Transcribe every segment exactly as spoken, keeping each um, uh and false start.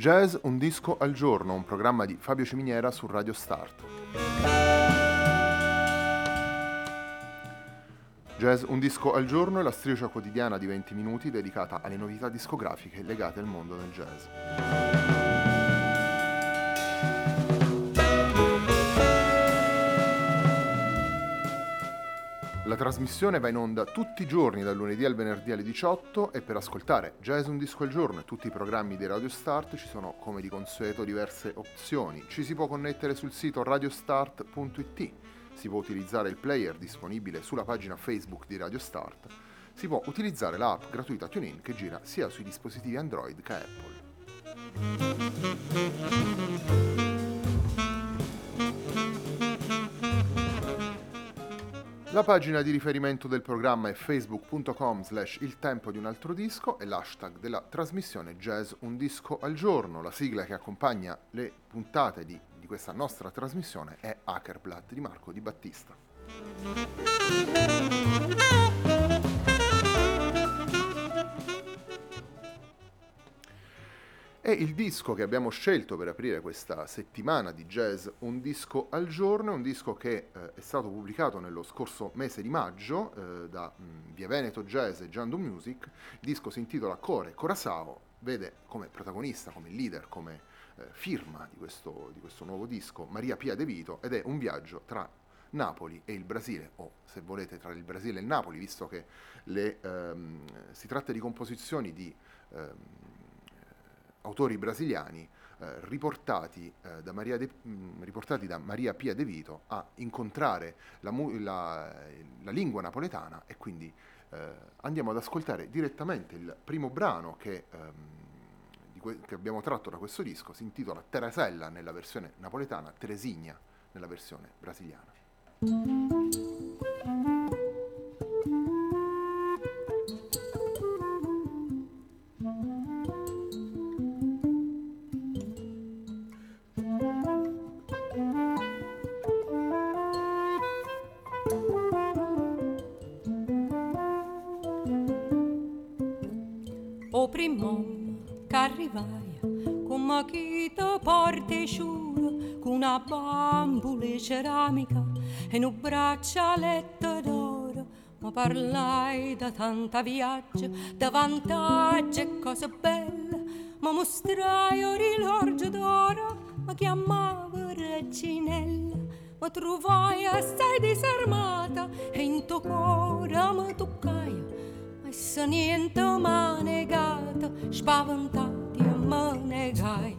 Jazz, un disco al giorno, un programma di Fabio Ciminiera su Radio Start. Jazz, un disco al giorno è la striscia quotidiana di venti minuti dedicata alle novità discografiche legate al mondo del jazz. La trasmissione va in onda tutti i giorni dal lunedì al venerdì alle diciotto e per ascoltare Jazz un disco al giorno e tutti i programmi di Radio Start ci sono, come di consueto, diverse opzioni. Ci si può connettere sul sito radiostart punto it, si può utilizzare il player disponibile sulla pagina Facebook di Radio Start, si può utilizzare l'app gratuita TuneIn che gira sia sui dispositivi Android che Apple. La pagina di riferimento del programma è facebook punto com slash il tempo di un altro disco e l'hashtag della trasmissione Jazz un disco al giorno. La sigla che accompagna le puntate di, di questa nostra trasmissione è Hackerblatt di Marco Di Battista. E il disco che abbiamo scelto per aprire questa settimana di Jazz un disco al giorno è un disco che eh, è stato pubblicato nello scorso mese di maggio eh, da mh, Via Veneto Jazz e Giando Music. Il disco si intitola Core Corazao, vede come protagonista, come leader, come eh, firma di questo, di questo nuovo disco Maria Pia De Vito, ed è un viaggio tra Napoli e il Brasile, o se volete tra il Brasile e il Napoli, visto che le, ehm, si tratta di composizioni di ehm, autori brasiliani eh, riportati, eh, da Maria De, mh, riportati da Maria Pia De Vito a incontrare la, la, la lingua napoletana, e quindi eh, andiamo ad ascoltare direttamente il primo brano che, ehm, di que- che abbiamo tratto da questo disco. Si intitola Teresella nella versione napoletana, Teresinha nella versione brasiliana. O primo che arrivai, come chi ti porta sciuro, con una bambola ceramica e un braccialetto d'oro. Mi parlai da tanta viaggio, da vantaggi e cose belle, mi mostrai orologio d'oro, mi chiamavo Reginella. Mi trovai assai disarmata e in tuo cuore mi toccai. E se niente m'ha negato, spaventati e me negai.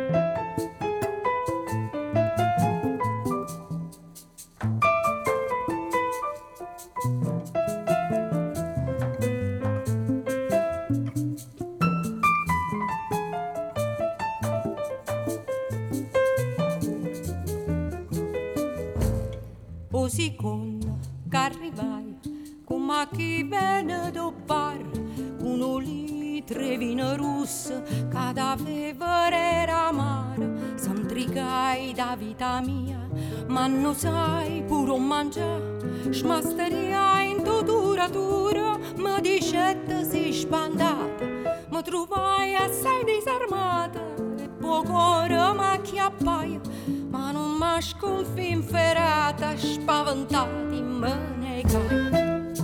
O secondo che arrivai, come chi viene do bar, con un litro di vino rosso che da bevere era amaro. S'intrigai da vita mia, ma non sai pure un mangiare. Smasteria in tuturatura, mi dicette si spandata. Mi trovai assai disarmata e poco ora m'acchiappai, ma non m'ha sconfinferata, spaventati me negai.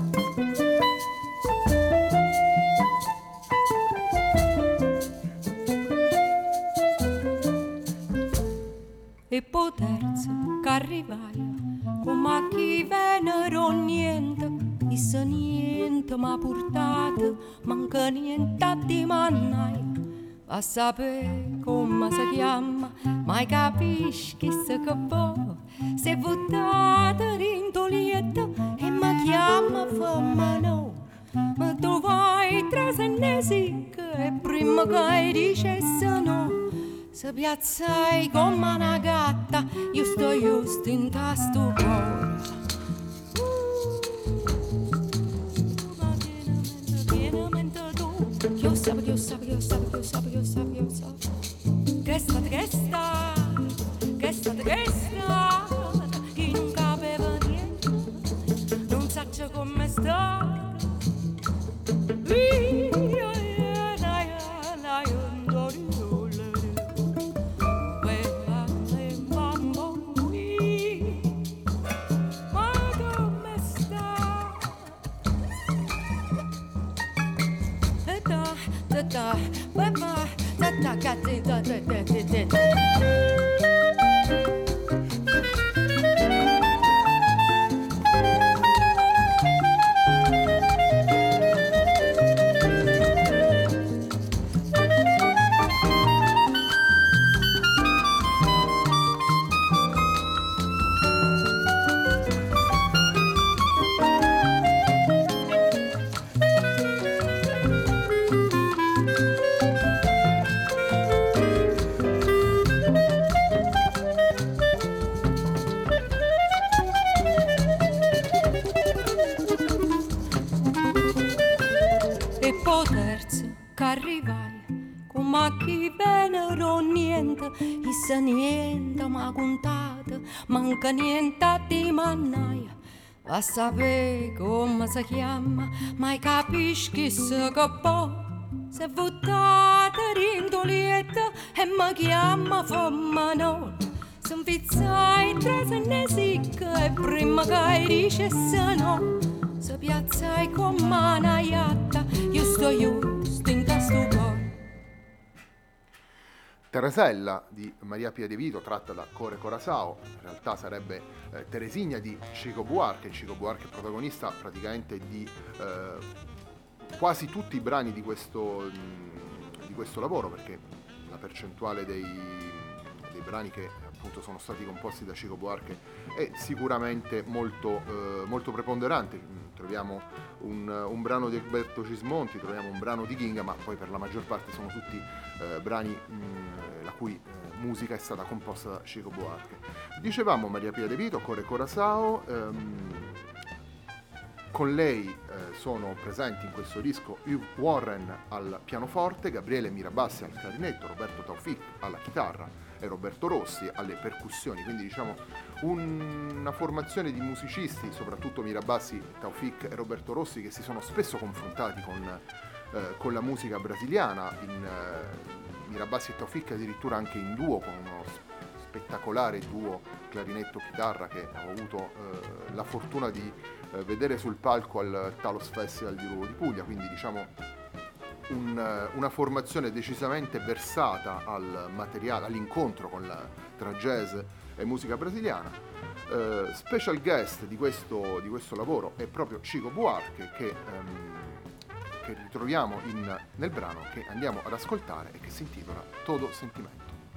E poi terzo che arrivai, come chi venero niente, e se niente m'ha portato, manca niente di mannai. A sapere come si chiama, mai capisci chi se che può. Se buttata in toglietta e mi chiama Famano. Mi trovai tre sennesi che prima che dicesse no. Se piazzai come una gatta, giusto giusto in tasto cuore. Io sapevo, io sapevo, io sapevo, io sapevo, io sapevo, io sapevo. Che sta, che sta, che sta, che sta. Chi non capeva niente, non sa come sta. Io, io, io, io, io, io, io, se niente m'ha contato, manca niente di mannaia. A sapere come si chiama, mai capisci chi se che può. Se votata rindolietta e mi chiama famma notte. Se infizzai in tresa ne sicca e prima che dice se no. Se piazzai con mano iatta, io sto giusto in questo cuore. Teresella di Maria Pia De Vito, tratta da Core Corazao, in realtà sarebbe eh, Teresigna di Chico Buarque. Chico Buarque è protagonista praticamente di eh, quasi tutti i brani di questo, mh, di questo lavoro, perché la percentuale dei, dei brani che appunto sono stati composti da Chico Buarque è sicuramente molto, eh, molto preponderante. Troviamo un, un brano di Egberto Gismonti, troviamo un brano di Ghinga, ma poi per la maggior parte sono tutti eh, brani mh, la cui eh, musica è stata composta da Chico Buarque. Dicevamo Maria Pia De Vito, Core Corazao, ehm, con lei eh, sono presenti in questo disco Hugh Warren al pianoforte, Gabriele Mirabassi al clarinetto, Roberto Taufik alla chitarra e Roberto Rossi alle percussioni, quindi diciamo un, una formazione di musicisti, soprattutto Mirabassi, Taufik e Roberto Rossi, che si sono spesso confrontati con, eh, con la musica brasiliana, in, eh, Mirabassi e Taufik addirittura anche in duo, con uno spettacolare duo clarinetto-chitarra che ho avuto eh, la fortuna di eh, vedere sul palco al Talos Festival di Ruvo di Puglia, quindi diciamo un, una formazione decisamente versata al materiale, all'incontro con la, tra jazz e musica brasiliana. Uh, special guest di questo, di questo lavoro è proprio Chico Buarque, che, um, che ritroviamo in, nel brano che andiamo ad ascoltare e che si intitola Todo Sentimento.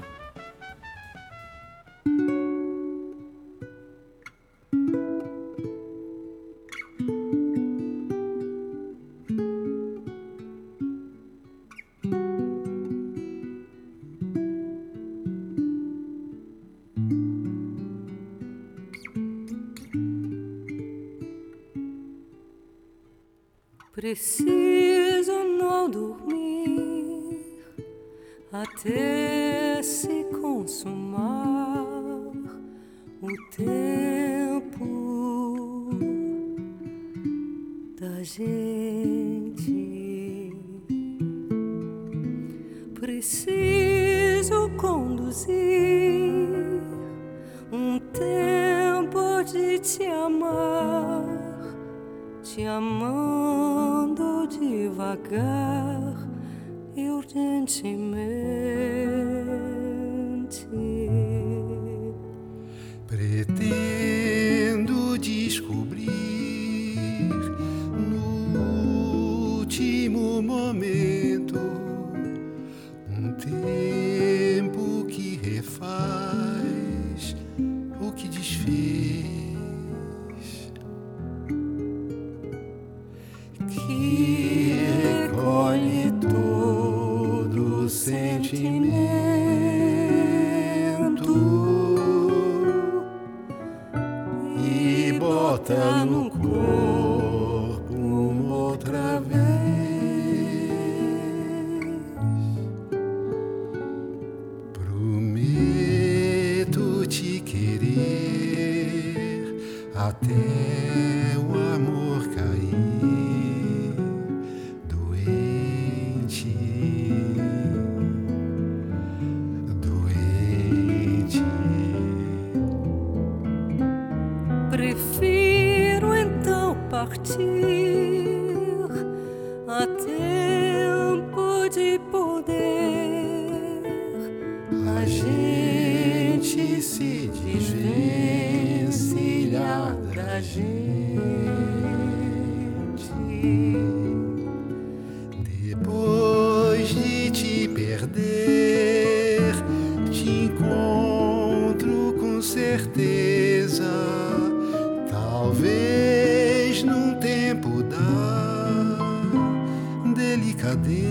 Preciso não dormir até se consumar o tempo da gente. Preciso conduzir um tempo de te amar, te amando devagar e urgentemente. Pretendo descobrir no último momento um tempo que refaz o que desfez. Que recolhe todo sentimento e bota no corpo uma outra vez. Prometo te querer até o amor cair. Prefiro então partir a tempo de poder a gente se desvencilhar da gente. Depois de te perder, te encontro com certeza. Talvez num tempo da delicadeza,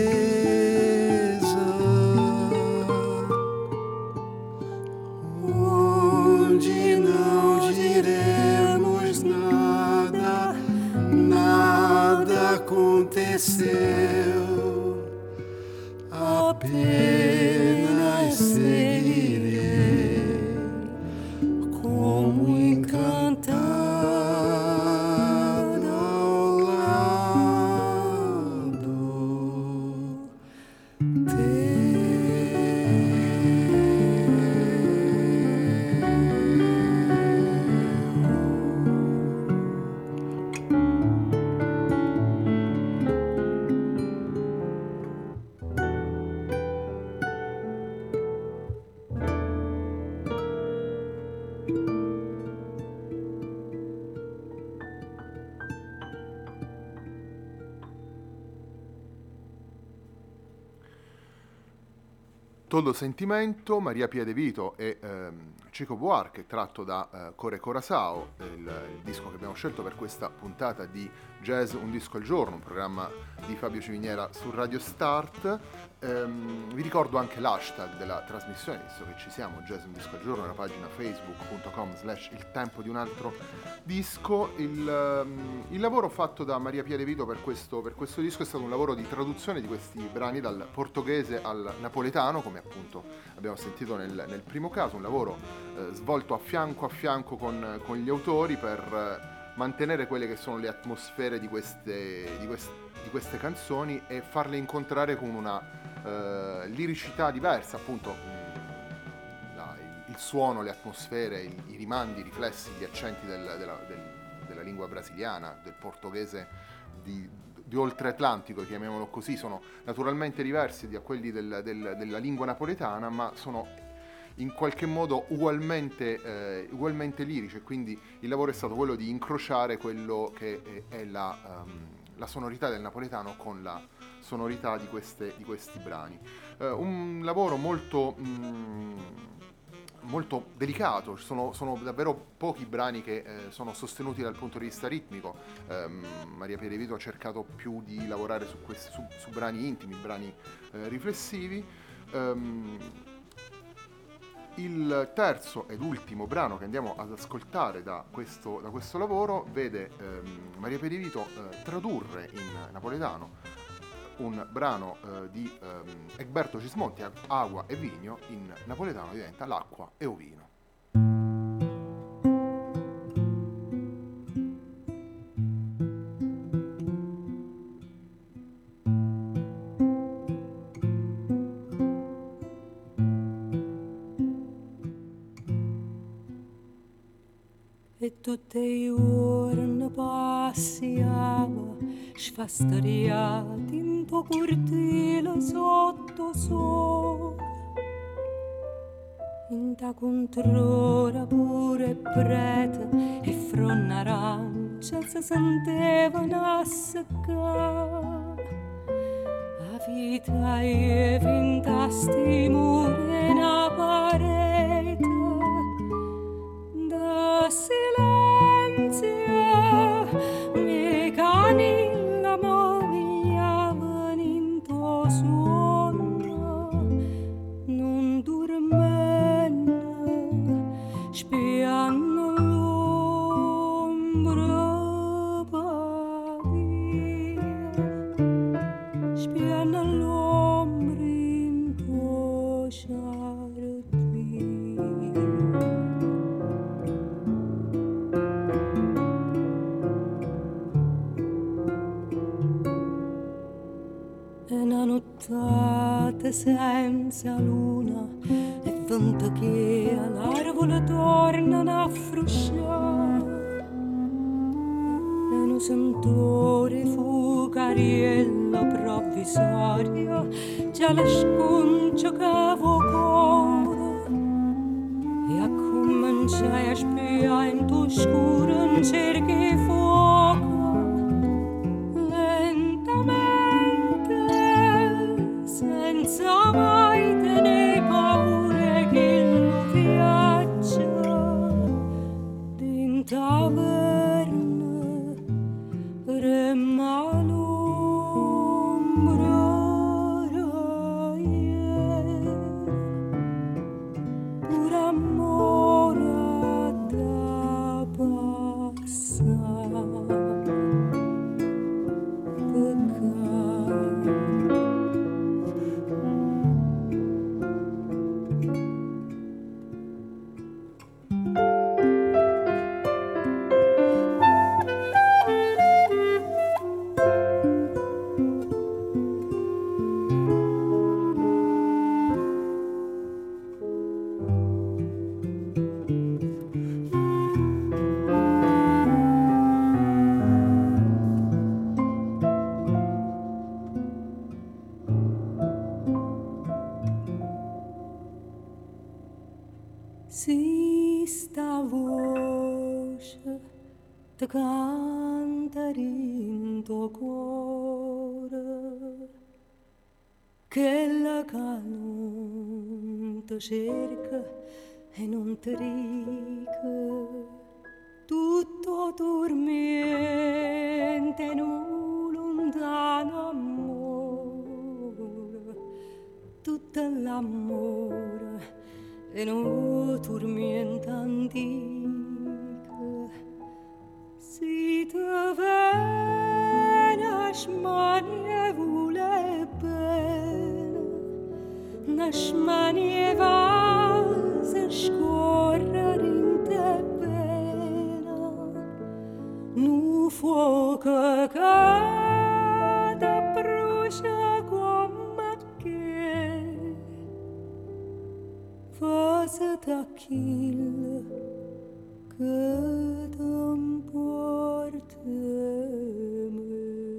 onde não diremos nada, nada aconteceu, apenas seguir. como encantada ao lado Toldo Sentimento, Maria Pia De Vito e ehm, Chico Buarque, tratto da eh, Core Corazao, il, il disco che abbiamo scelto per questa puntata di Jazz Un Disco al Giorno, un programma di Fabio Civiniera su Radio Start. Ehm, vi ricordo anche l'hashtag della trasmissione, visto che ci siamo, Jazz Un Disco al Giorno, la pagina facebook.com slash il tempo di un altro disco. Il, um, il lavoro fatto da Maria Pia De Vito per questo, per questo disco è stato un lavoro di traduzione di questi brani dal portoghese al napoletano, come appunto abbiamo sentito nel, nel primo caso, un lavoro eh, svolto a fianco a fianco con, con gli autori per eh, mantenere quelle che sono le atmosfere di queste, di, quest, di queste canzoni e farle incontrare con una eh, liricità diversa, appunto mh, la, il, il suono, le atmosfere, il, i rimandi, i riflessi, gli accenti del, della, del, della lingua brasiliana, del portoghese di di oltreatlantico, chiamiamolo così, sono naturalmente diversi da quelli del, del, della lingua napoletana, ma sono in qualche modo ugualmente, eh, ugualmente lirici, e quindi il lavoro è stato quello di incrociare quello che è, è la, um, la sonorità del napoletano con la sonorità di, queste, di questi brani. Uh, un lavoro molto... Mm, molto delicato, sono, sono davvero pochi brani che eh, sono sostenuti dal punto di vista ritmico. um, Maria Pia De Vito ha cercato più di lavorare su, questi, su, su brani intimi, brani eh, riflessivi. Um, il terzo ed ultimo brano che andiamo ad ascoltare da questo, da questo lavoro vede um, Maria Pia De Vito eh, tradurre in napoletano un brano eh, di ehm, Egberto Gismonti, Agua e Vigno, in napoletano diventa L'acqua e o vino. E tutte i giorni passiava sfastariati in tuo cortile sotto sole, in ta controra pure prete e fronna arancia si sentevano a seccare. La vita è vinta sti muri na parete da silenzio, mi canilla movigliavano in tuo suono, non dormendo, spiando l'ombra pavia, spiando l'ombra in tuo giardino. Una nottata senza luna e vento che all'arvolo tornano a frusciare, e un sentore fucariello provvisorio già la sconcia che avocora, e a cominciare a spiare in tuo scuro in cerchi fuoco lentamente, senza mai tenere paura che lo viaggia in taverna rema l'ombra pur amore da passare peccato. te canta in tuo cuore, che la che non ti cerca e non ti rica, tutto dormiente in un lontano amore, tutto l'amore in un tormento antico. Si te venas manie vule bene, nas manie vas a scorrere in te pena, nu fuoco che te brucia come che, fasate achille che t'emporte me.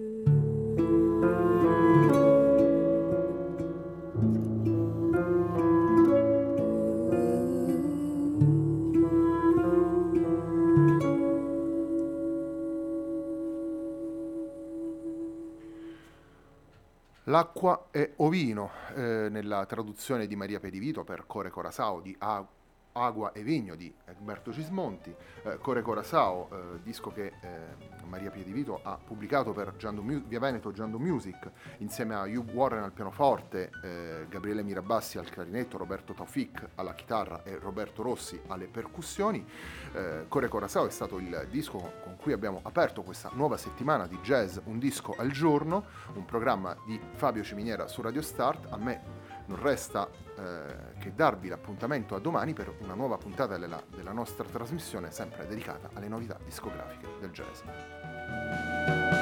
L'acqua è ovino, eh, nella traduzione di Maria Piedivito per Core Corazao di A- Agua e Vigno di Egberto Gismonti. eh, Core Corazao, eh, disco che eh, Maria Piedivito ha pubblicato per Giando Mu- Via Veneto Giando Music, insieme a Hugh Warren al pianoforte, eh, Gabriele Mirabassi al clarinetto, Roberto Taufik alla chitarra e Roberto Rossi alle percussioni. eh, Core Corazao è stato il disco con cui abbiamo aperto questa nuova settimana di jazz, un disco al giorno, un programma di Fabio Ciminiera su Radio Start. A me non resta eh, che darvi l'appuntamento a domani per una nuova puntata della, della nostra trasmissione, sempre dedicata alle novità discografiche del jazz.